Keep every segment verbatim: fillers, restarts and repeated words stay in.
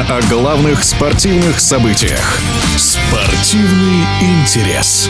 о главных спортивных событиях. Спортивный интерес.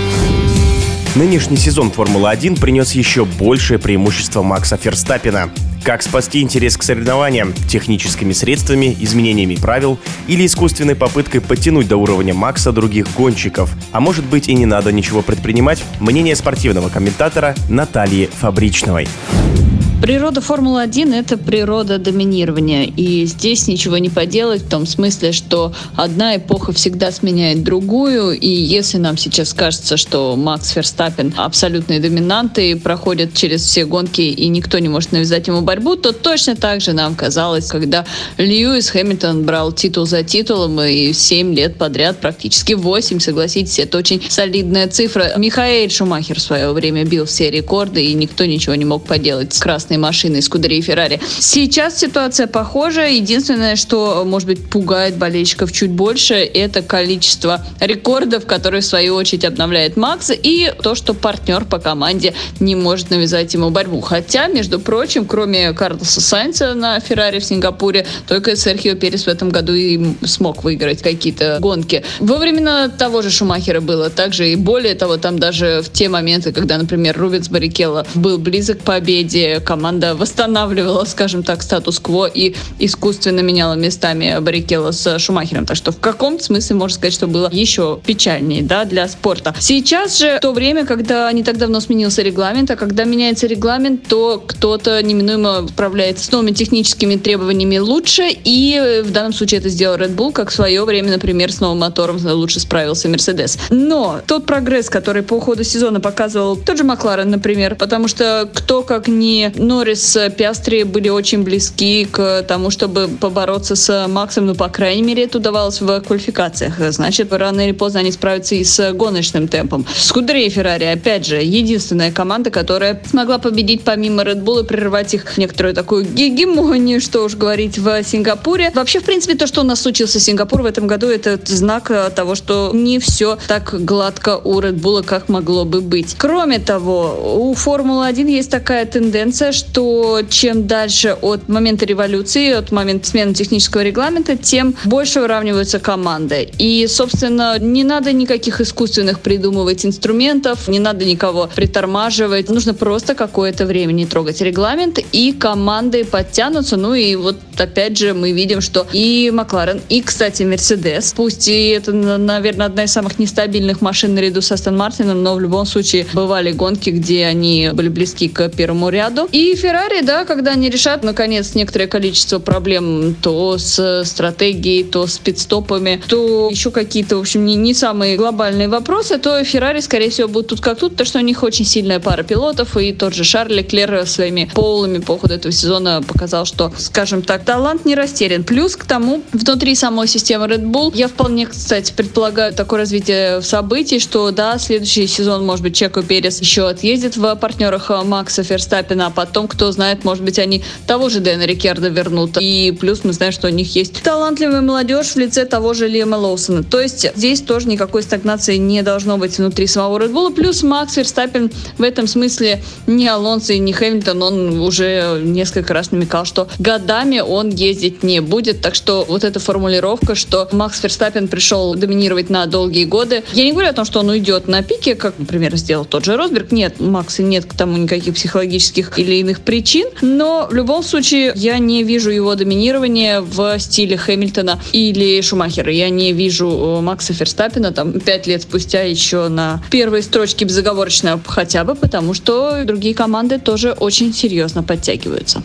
Нынешний сезон Формулы один принес еще большее преимущество Макса Ферстаппена. Как спасти интерес к соревнованиям? Техническими средствами, изменениями правил или искусственной попыткой подтянуть до уровня Макса других гонщиков? А может быть, и не надо ничего предпринимать? Мнение спортивного комментатора Натальи Фабричновой. Природа Формулы один — это природа доминирования, и здесь ничего не поделать в том смысле, что одна эпоха всегда сменяет другую, и если нам сейчас кажется, что Макс Ферстаппен абсолютный доминант и проходит через все гонки, и никто не может навязать ему борьбу, то точно так же нам казалось, когда Льюис Хэмилтон брал титул за титулом, и семь лет подряд, практически восемь, согласитесь, это очень солидная цифра. Михаэль Шумахер в свое время бил все рекорды, и никто ничего не мог поделать с красной машины Скудерии Феррари. Сейчас ситуация похожая. Единственное, что, может быть, пугает болельщиков чуть больше, это количество рекордов, которые, в свою очередь, обновляет Макс, и то, что партнер по команде не может навязать ему борьбу. Хотя, между прочим, кроме Карлоса Сайнца на Феррари в Сингапуре, только Серхио Перес в этом году и смог выиграть какие-то гонки. Во времена того же Шумахера было также, и более того, там даже в те моменты, когда, например, Рубенс Баррикелло был близок к победе, команда восстанавливала, скажем так, статус-кво и искусственно меняла местами Баррикелло с Шумахером. Так что в каком-то смысле можно сказать, что было еще печальнее, да, для спорта. Сейчас же то время, когда не так давно сменился регламент, а когда меняется регламент, то кто-то неминуемо справляется с новыми техническими требованиями лучше, и в данном случае это сделал Red Bull, как в свое время, например, с новым мотором лучше справился Mercedes. Но тот прогресс, который по ходу сезона показывал тот же Макларен, например, потому что кто, как не Норрис, Пиастри были очень близки к тому, чтобы побороться с Максом, ну, по крайней мере, это удавалось в квалификациях. Значит, рано или поздно они справятся и с гоночным темпом. Скудерия Феррари, опять же, единственная команда, которая смогла победить помимо Red Bull и прервать их некоторую такую гегемонию, что уж говорить, в Сингапуре. Вообще, в принципе, то, что у нас случился Сингапур в этом году, это знак того, что не все так гладко у Red Bull, как могло бы быть. Кроме того, у Формулы один есть такая тенденция, что чем дальше от момента революции, от момента смены технического регламента, тем больше выравниваются команды. И, собственно, не надо никаких искусственных придумывать инструментов, не надо никого притормаживать. Нужно просто какое-то время не трогать регламент, и команды подтянутся. Ну и вот, опять же, мы видим, что и Макларен, и, кстати, Мерседес, пусть и это, наверное, одна из самых нестабильных машин наряду с Астон Мартином, но в любом случае бывали гонки, где они были близки к первому ряду. И Феррари, да, когда они решат, наконец, некоторое количество проблем то с стратегией, то с пит-стопами, то еще какие-то, в общем, не, не самые глобальные вопросы, то Феррари, скорее всего, будут тут как тут, потому что у них очень сильная пара пилотов, и тот же Шарль Леклер своими полами по ходу этого сезона показал, что, скажем так, талант не растерян. Плюс к тому, внутри самой системы Red Bull, я вполне, кстати, предполагаю такое развитие событий, что, да, следующий сезон, может быть, Чеко Перес еще отъездит в партнерах Макса Ферстаппена, а потом, кто знает, может быть, они того же Дэна Рикьярдо вернут. И плюс мы знаем, что у них есть талантливая молодежь в лице того же Лиама Лоусона. То есть здесь тоже никакой стагнации не должно быть внутри самого Red Bull. Плюс Макс Ферстаппен в этом смысле не Алонсо и не Хэмилтон. Он уже несколько раз намекал, что годами он ездить не будет. Так что вот эта формулировка, что Макс Ферстаппен пришел доминировать на долгие годы. Я не говорю о том, что он уйдет на пике, как, например, сделал тот же Росберг. Нет, у Макса нет к тому никаких психологических или иных причин. Но в любом случае я не вижу его доминирования в стиле Хэмилтона или Шумахера. Я не вижу Макса Ферстаппена там пять лет спустя еще на первой строчке безоговорочно, хотя бы потому, что другие команды тоже очень серьезно подтягиваются.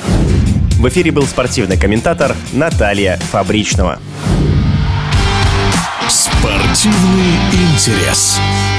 В эфире был спортивный комментатор Наталья Фабричнова. Спортивный интерес.